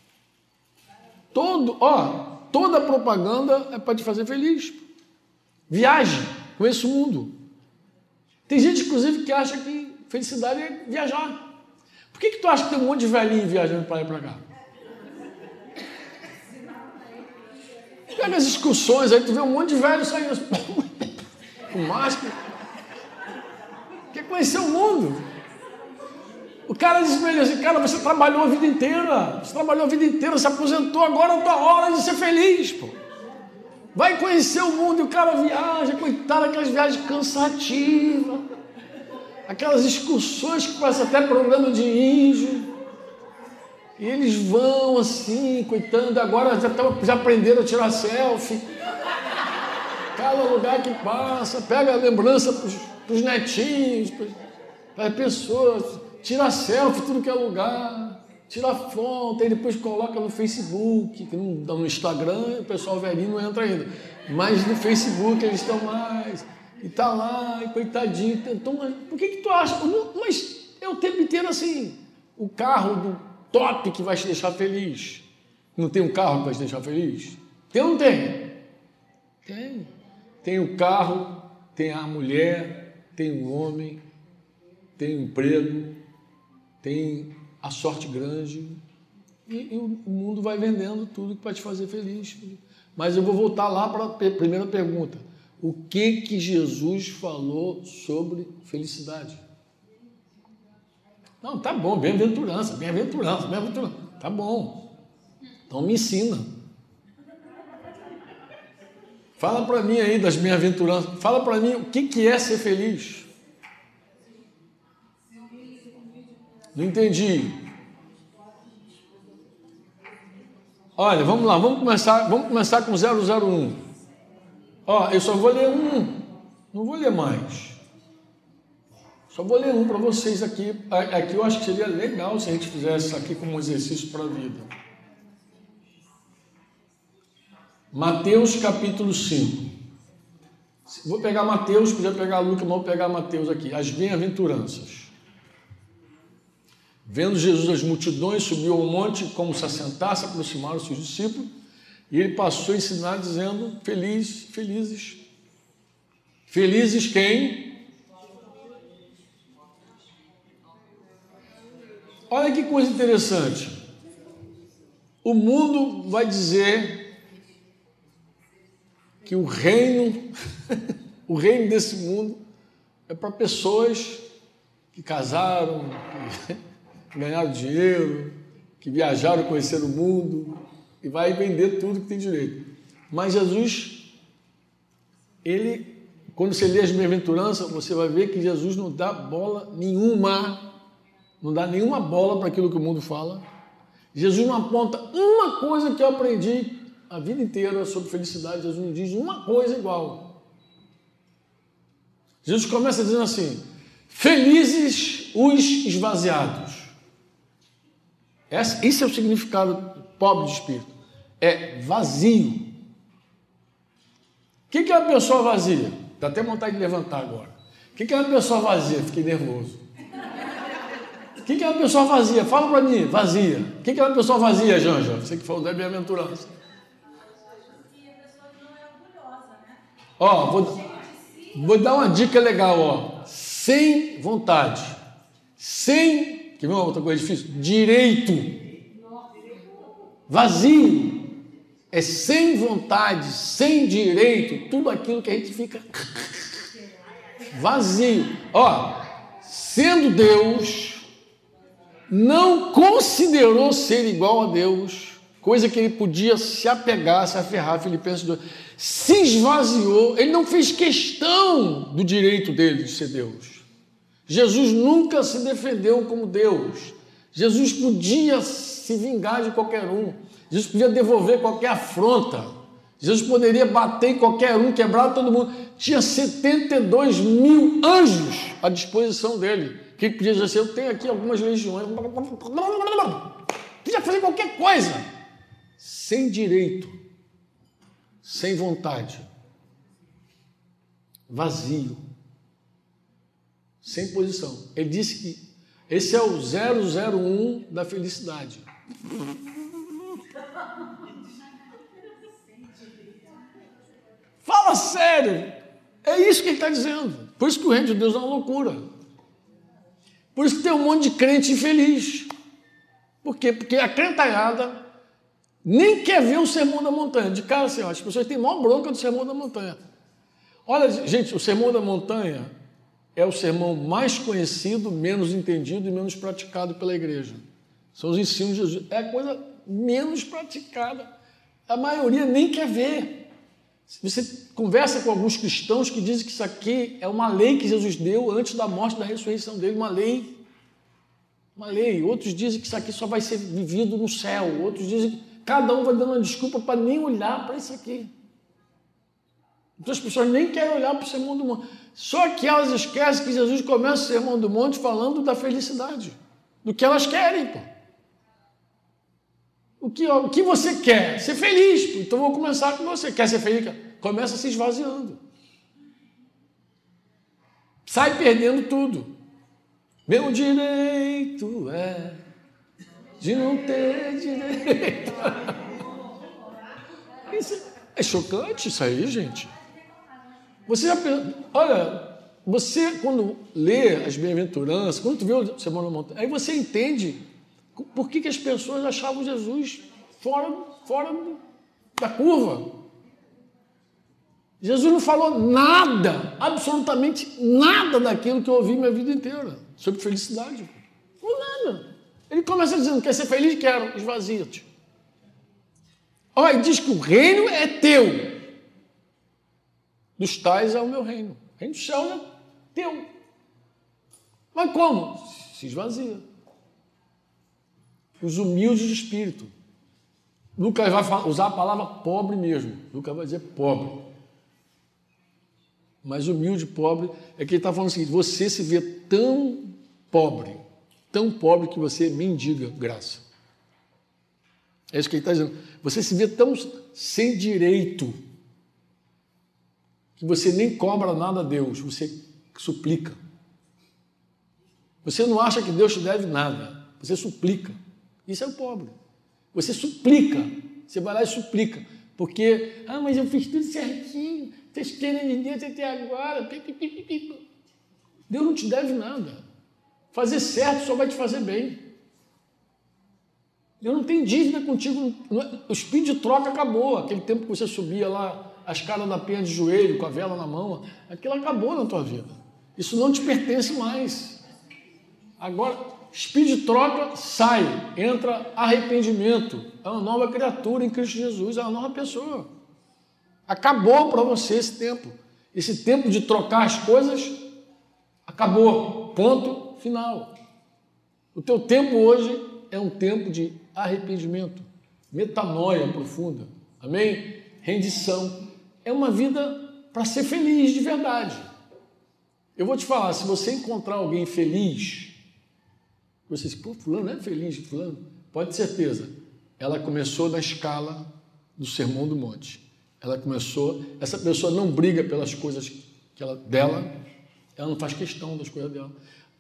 Toda propaganda é para te fazer feliz. Viaje, conheça o mundo. Tem gente, inclusive, que acha que felicidade é viajar. Por que tu acha que tem um monte de velhinho viajando para lá e para cá? Pega as excursões, aí tu vê um monte de velho saindo com máscara. Quer conhecer o mundo. O cara diz para ele assim, cara, você trabalhou a vida inteira, se aposentou, agora é a tua hora de ser feliz, pô. Vai conhecer o mundo e o cara viaja, coitado, aquelas viagens cansativas, aquelas excursões que parecem até programa de índio. E eles vão assim, coitando, agora já aprenderam a tirar selfie. Cada lugar que passa, pega a lembrança para os netinhos, para as pessoas, tira selfie, tudo que é lugar, tira foto, aí depois coloca no Facebook, que no Instagram o pessoal velhinho não entra ainda, mas no Facebook eles estão mais, e tá lá, e coitadinho, então, por que tu acha? Mas é o tempo inteiro assim, o carro do top que vai te deixar feliz. Não tem um carro que vai te deixar feliz? Tem ou não tem? Tem. Tem o carro, tem a mulher, tem o homem, tem o emprego, tem a sorte grande e o mundo vai vendendo tudo para te fazer feliz. Mas eu vou voltar lá para a primeira pergunta. O que Jesus falou sobre felicidade? Não, tá bom, bem-aventurança. Tá bom. Então me ensina. Fala para mim aí das bem-aventuranças. Fala para mim o que é ser feliz. Não entendi. Olha, vamos lá, vamos começar com 001. Ó, eu só vou ler um, não vou ler mais. Só vou ler um para vocês aqui. Aqui eu acho que seria legal se a gente fizesse isso aqui como um exercício para a vida. Mateus capítulo 5. Vou pegar Mateus, podia pegar Lucas, mas vou pegar Mateus aqui. As bem-aventuranças. Vendo Jesus as multidões, subiu ao monte, como se assentasse, aproximaram os seus discípulos, e ele passou a ensinar dizendo, felizes. Felizes quem? Olha que coisa interessante. O mundo vai dizer que o reino desse mundo é para pessoas que casaram, que ganharam dinheiro, que viajaram, conheceram o mundo, e vai vender tudo que tem direito. Mas Jesus, quando você lê as bem-aventuranças, você vai ver que Jesus não dá bola nenhuma, não dá nenhuma bola para aquilo que o mundo fala. Jesus não aponta uma coisa que eu aprendi a vida inteira sobre felicidade. Jesus não diz uma coisa igual. Jesus começa dizendo assim, felizes os esvaziados. Esse é o significado pobre de espírito. É vazio. O que é uma pessoa vazia? Dá até vontade de levantar agora. O que é uma pessoa vazia? Fiquei nervoso. O que é uma pessoa vazia? Fala para mim, vazia. O que é uma pessoa vazia, Janja? Você que falou da bem-aventurança. Ó, vou dar uma dica legal, ó. Sem vontade. Sem, quer ver uma outra coisa difícil? Direito. Vazio. É sem vontade, sem direito, tudo aquilo que a gente fica vazio. Ó, sendo Deus, não considerou ser igual a Deus, coisa que ele podia se apegar, se aferrar, Filipenses 2. Se esvaziou, ele não fez questão do direito dele de ser Deus. Jesus nunca se defendeu como Deus. Jesus podia se vingar de qualquer um. Jesus podia devolver qualquer afronta. Jesus poderia bater em qualquer um, quebrar todo mundo. Tinha 72 mil anjos à disposição dele. Que ele podia dizer assim, eu tenho aqui algumas legiões. Podia fazer qualquer coisa. Sem direito. Sem vontade. Vazio. Sem posição. Ele disse que esse é o 001 da felicidade. Fala sério. É isso que ele está dizendo. Por isso que o reino de Deus é uma loucura. Por isso que tem um monte de crente infeliz. Por quê? Porque a crentalhada nem quer ver o Sermão da Montanha. De cara, assim, ó, as pessoas têm maior bronca do Sermão da Montanha. Olha, gente, o Sermão da Montanha é o sermão mais conhecido, menos entendido e menos praticado pela igreja. São os ensinos de Jesus. É a coisa menos praticada. A maioria nem quer ver. Você conversa com alguns cristãos que dizem que isso aqui é uma lei que Jesus deu antes da morte e da ressurreição dele, uma lei. Uma lei. Outros dizem que isso aqui só vai ser vivido no céu. Outros dizem que cada um vai dando uma desculpa para nem olhar para isso aqui. Então as pessoas nem querem olhar para o Sermão do Monte. Só que elas esquecem que Jesus começa o Sermão do Monte falando da felicidade. Do que elas querem, pô. O que você quer? Ser feliz. Pô. Então eu vou começar com você. Quer ser feliz? Começa se esvaziando. Sai perdendo tudo. Meu direito é de não ter direito. Isso é chocante isso aí, gente. Você já olha, você quando lê as bem-aventuranças, quando tu vê o Sermão da Montanha, aí você entende por que as pessoas achavam Jesus fora da curva. Jesus não falou nada, absolutamente nada daquilo que eu ouvi minha vida inteira, sobre felicidade. Não nada. Ele começa dizendo, quer ser feliz? Quero, esvazia-te. Olha, e diz que o reino é teu. Dos tais é o meu reino. O reino do céu é teu. Mas como? Se esvazia. Os humildes de espírito. Lucas vai usar a palavra pobre mesmo. Lucas vai dizer pobre. Mas humilde, pobre, é que ele está falando o seguinte, você se vê tão pobre que você mendiga graça. É isso que ele está dizendo. Você se vê tão sem direito que você nem cobra nada a Deus, você suplica. Você não acha que Deus te deve nada, você suplica. Isso é o pobre. Você suplica, você vai lá e suplica, porque, mas eu fiz tudo certinho, vocês querem de Deus até agora. Deus não te deve nada. Fazer certo só vai te fazer bem. Deus não tem dívida contigo. O espírito de troca acabou. Aquele tempo que você subia lá, a escada da penha de joelho, com a vela na mão, aquilo acabou na tua vida. Isso não te pertence mais. Agora, espírito de troca sai, entra arrependimento. É uma nova criatura em Cristo Jesus, é uma nova pessoa. Acabou para você esse tempo. Esse tempo de trocar as coisas acabou. Ponto final. O teu tempo hoje é um tempo de arrependimento, metanoia profunda. Amém? Rendição. É uma vida para ser feliz de verdade. Eu vou te falar, se você encontrar alguém feliz, você diz, pô, fulano não é feliz, fulano? Pode ter certeza. Ela começou na escala do Sermão do Monte. Ela começou, essa pessoa não briga pelas coisas dela, ela não faz questão das coisas dela.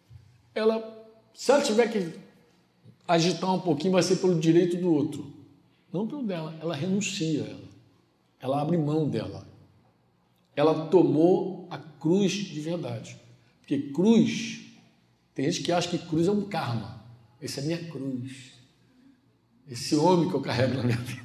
Se ela tiver que agitar um pouquinho, vai ser pelo direito do outro, não pelo dela. Ela renuncia a ela abre mão dela. Ela tomou a cruz de verdade. Porque cruz, tem gente que acha que cruz é um karma. Esse é a minha cruz. Esse homem que eu carrego na minha vida.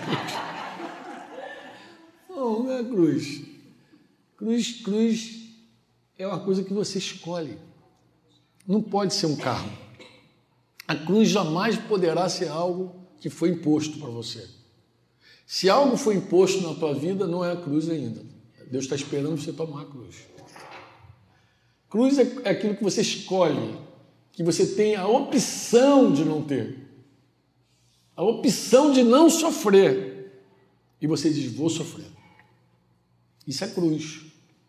Não é cruz. Cruz é uma coisa que você escolhe. Não pode ser um karma. A cruz jamais poderá ser algo que foi imposto para você. Se algo foi imposto na tua vida, não é a cruz ainda. Deus está esperando você tomar a cruz. Cruz é aquilo que você escolhe, que você tem a opção de não ter. A opção de não sofrer. E você diz, vou sofrer. Isso é cruz.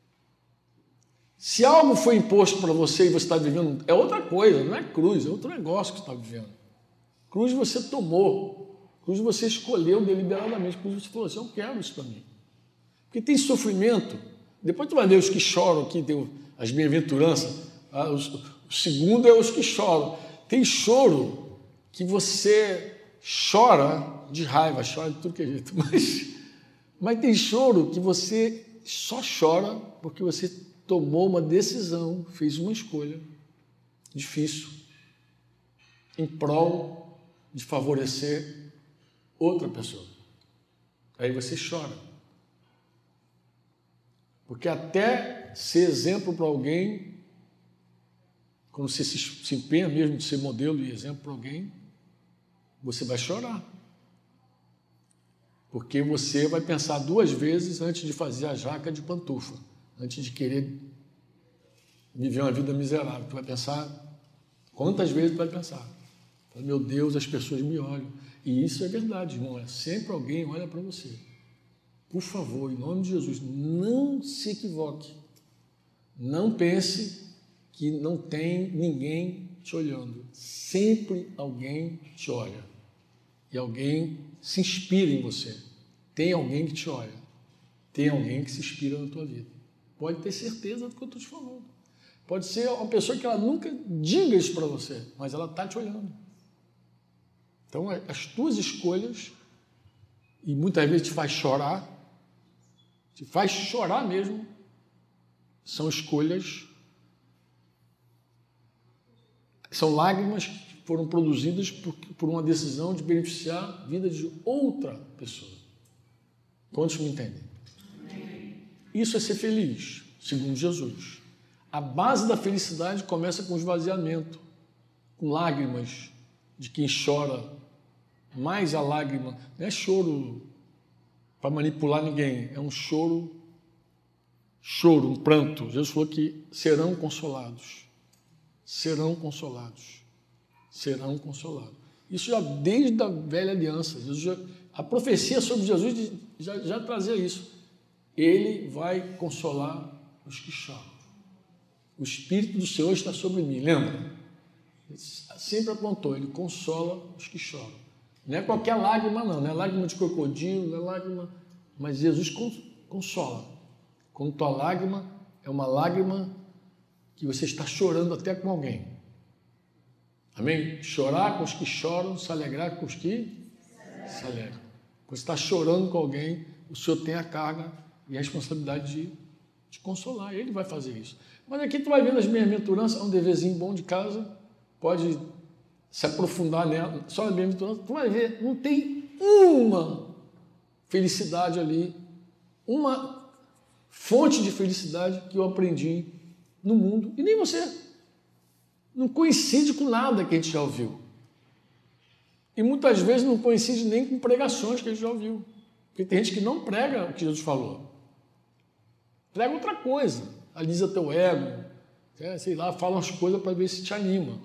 Se algo foi imposto para você e você está vivendo, é outra coisa, não é cruz, é outro negócio que você está vivendo. Cruz você tomou, cruz você escolheu deliberadamente, cruz você falou assim, eu quero isso para mim. Porque tem sofrimento, depois tu vai ver os que choram aqui, tem as bem-aventuranças, o segundo é os que choram. Tem choro que você chora de raiva, chora de tudo que é jeito, mas tem choro que você só chora porque você tomou uma decisão, fez uma escolha difícil em prol de favorecer outra pessoa. Aí você chora. Porque até ser exemplo para alguém, quando você se empenha mesmo de ser modelo e exemplo para alguém, você vai chorar. Porque você vai pensar 2 vezes antes de fazer a jaca de pantufa, antes de querer viver uma vida miserável. Tu vai pensar, quantas vezes tu vai pensar? Meu Deus, as pessoas me olham. E isso é verdade, irmão. Sempre alguém olha para você. Por favor, em nome de Jesus, não se equivoque. Não pense que não tem ninguém te olhando. Sempre alguém te olha. E alguém se inspira em você. Tem alguém que te olha. Tem alguém que se inspira na tua vida. Pode ter certeza do que eu estou te falando. Pode ser uma pessoa que ela nunca diga isso para você, mas ela está te olhando. Então, as tuas escolhas, e muitas vezes te faz chorar mesmo, são escolhas, são lágrimas que foram produzidas por uma decisão de beneficiar a vida de outra pessoa. Quantos me entendem? Isso é ser feliz, segundo Jesus. A base da felicidade começa com esvaziamento, com lágrimas de quem chora. Mais a lágrima, não é choro para manipular ninguém, é um choro, um pranto. Jesus falou que serão consolados. Serão consolados. Serão consolados. Isso já desde a velha aliança. A profecia sobre Jesus já trazia isso. Ele vai consolar os que choram. O Espírito do Senhor está sobre mim, lembra? Ele sempre apontou, ele consola os que choram. Não é qualquer lágrima, não é lágrima de crocodilo, não é lágrima, mas Jesus consola. Quando tua lágrima é uma lágrima que você está chorando até com alguém. Amém? Chorar com os que choram, se alegrar com os que se alegram. Quando você está chorando com alguém, o Senhor tem a carga e a responsabilidade de consolar. Ele vai fazer isso. Mas aqui tu vai vendo as bem-aventuranças, um deverzinho bom de casa, pode se aprofundar nela, só na bem-aventurança, tu vai ver, não tem uma felicidade ali, uma fonte de felicidade que eu aprendi no mundo, e nem você. Não coincide com nada que a gente já ouviu. E muitas vezes não coincide nem com pregações que a gente já ouviu. Porque tem gente que não prega o que Jesus falou. Prega outra coisa. Alisa teu ego. Sei lá, fala umas coisas para ver se te anima.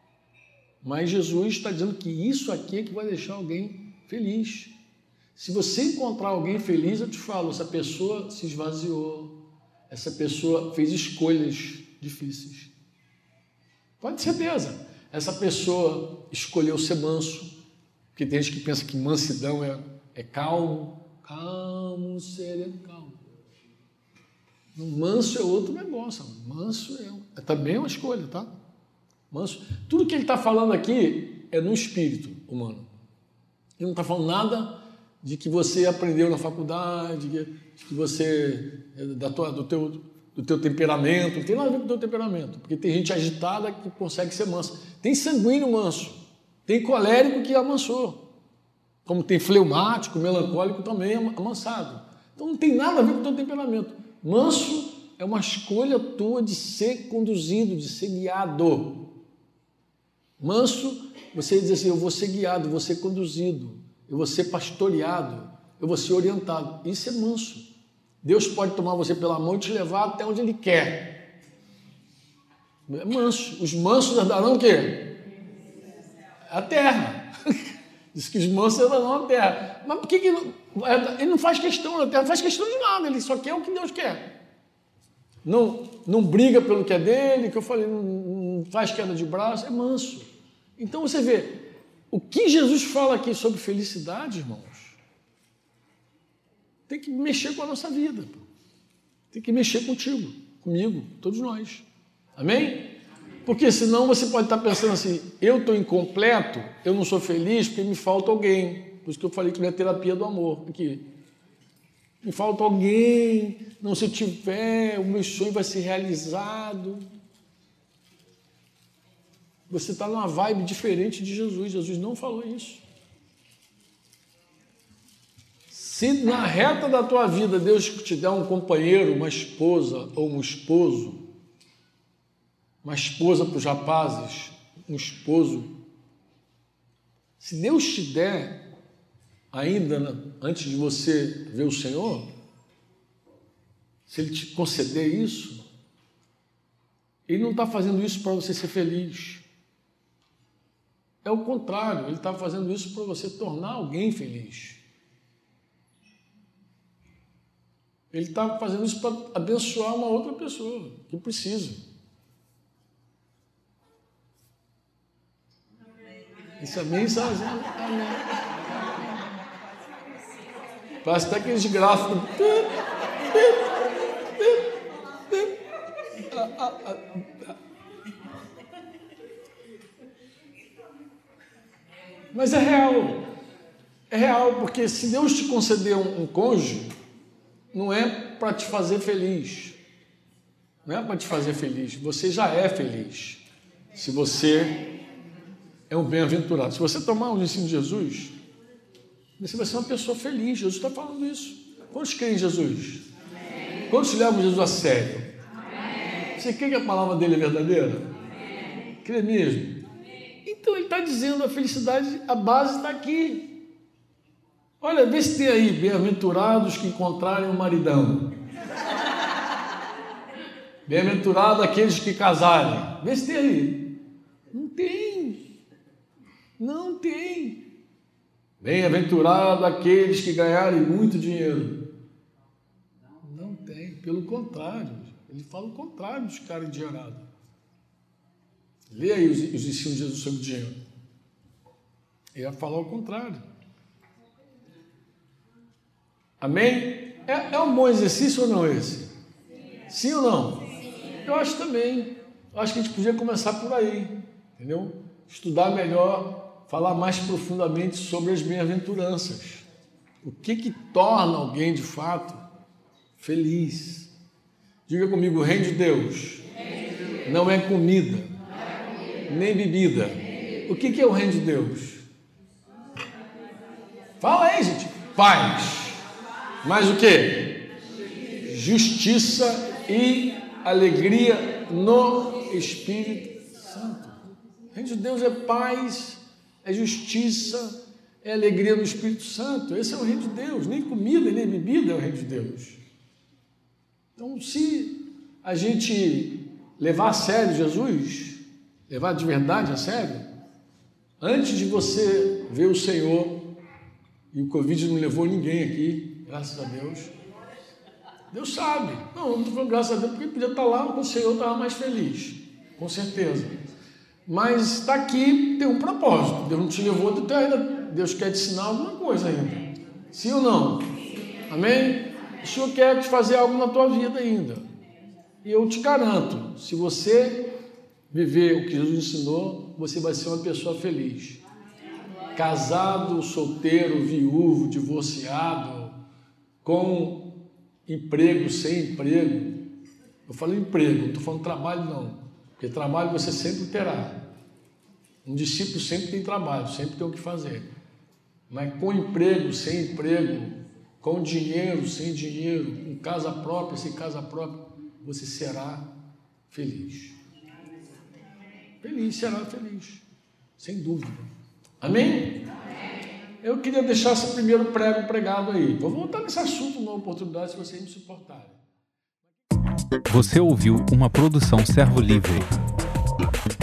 Mas Jesus está dizendo que isso aqui é que vai deixar alguém feliz. Se você encontrar alguém feliz, eu te falo, essa pessoa se esvaziou. Essa pessoa fez escolhas difíceis. Pode ter certeza. Essa pessoa escolheu ser manso, porque tem gente que pensa que mansidão é calmo. Calmo, sereno, calmo. Manso é outro negócio. Manso é também uma escolha, tá? Manso. Tudo que ele está falando aqui é no espírito humano. Ele não está falando nada de que você aprendeu na faculdade, de que você do teu temperamento, não tem nada a ver com o teu temperamento, porque tem gente agitada que consegue ser mansa. Tem sanguíneo manso, tem colérico que amansou, como tem fleumático, melancólico também amansado. Então não tem nada a ver com o teu temperamento. Manso é uma escolha tua de ser conduzido, de ser guiado. Manso, você diz assim, eu vou ser guiado, eu vou ser conduzido, eu vou ser pastoreado, eu vou ser orientado. Isso é manso. Deus pode tomar você pela mão e te levar até onde Ele quer. É manso. Os mansos herdarão o quê? A terra. Diz que os mansos herdarão a terra. Mas por que ele não faz questão da terra? Não faz questão de nada. Ele só quer o que Deus quer. Não briga pelo que é dele, que eu falei, não faz queda de braço. É manso. Então você vê, o que Jesus fala aqui sobre felicidade, irmãos, tem que mexer com a nossa vida. Tem que mexer contigo, comigo, todos nós. Amém? Porque senão você pode estar pensando assim, eu estou incompleto, eu não sou feliz porque me falta alguém. Por isso que eu falei que não é terapia do amor. Aqui. Me falta alguém, não, se eu tiver, o meu sonho vai ser realizado. Você está numa vibe diferente de Jesus. Jesus não falou isso. Se na reta da tua vida Deus te der um companheiro, uma esposa ou um esposo, uma esposa para os rapazes, um esposo, se Deus te der, ainda antes de você ver o Senhor, se Ele te conceder isso, Ele não está fazendo isso para você ser feliz. É o contrário, Ele está fazendo isso para você tornar alguém feliz. Ele está fazendo isso para abençoar uma outra pessoa que precisa. Isso amém, sabe? Amém. Parece até aqueles graças. Mas é real. É real, porque se Deus te conceder um cônjuge, não é para te fazer feliz. Não é para te fazer feliz. Você já é feliz. Se você é um bem-aventurado. Se você tomar o ensino de Jesus, você vai ser uma pessoa feliz. Jesus está falando isso. Quantos creem em Jesus? Amém. Quantos levam Jesus a sério? Amém. Você crê que a palavra dele é verdadeira? Amém. Crê mesmo? Amém. Então ele está dizendo, a felicidade, a base está aqui. Olha, vê se tem aí, bem-aventurados que encontrarem um maridão. Bem-aventurado aqueles que casarem. Vê se tem aí. Não tem. Não tem. Bem-aventurado aqueles que ganharem muito dinheiro. Não tem. Pelo contrário. Ele fala o contrário dos caras endinheirados. Lê aí os ensinos de Jesus sobre o dinheiro. Ele vai falar o contrário. Amém? É um bom exercício ou não esse? Sim ou não? Eu acho também. Eu acho que a gente podia começar por aí. Entendeu? Estudar melhor, falar mais profundamente sobre as bem-aventuranças. O que torna alguém, de fato, feliz? Diga comigo, o reino de Deus não é comida, nem bebida. O que é o reino de Deus? Fala aí, gente. Paz. Mas o que? Justiça e alegria no Espírito Santo. O reino de Deus é paz, é justiça, é alegria no Espírito Santo. Esse é o reino de Deus. Nem comida, nem bebida é o reino de Deus. Então, se a gente levar a sério Jesus, levar de verdade a sério, antes de você ver o Senhor, e o Covid não levou ninguém aqui, graças a Deus. Deus sabe. Não estou falando graças a Deus, porque podia estar lá com o Senhor, estava mais feliz. Com certeza. Mas está aqui, tem um propósito. Deus não te levou até ainda. Deus quer te ensinar alguma coisa ainda. Sim ou não? Amém? O Senhor quer te fazer algo na tua vida ainda. E eu te garanto, se você viver o que Jesus ensinou, você vai ser uma pessoa feliz. Casado, solteiro, viúvo, divorciado, com emprego, sem emprego. Eu falo emprego, não estou falando trabalho não, porque trabalho você sempre terá. Um discípulo sempre tem trabalho, sempre tem o que fazer. Mas com emprego, sem emprego, com dinheiro, sem dinheiro, com casa própria, sem casa própria, você será feliz. Feliz, será feliz, sem dúvida. Amém? Eu queria deixar esse primeiro prego pregado aí. Vou voltar nesse assunto numa oportunidade, se vocês me suportarem. Você ouviu uma produção Servo Livre.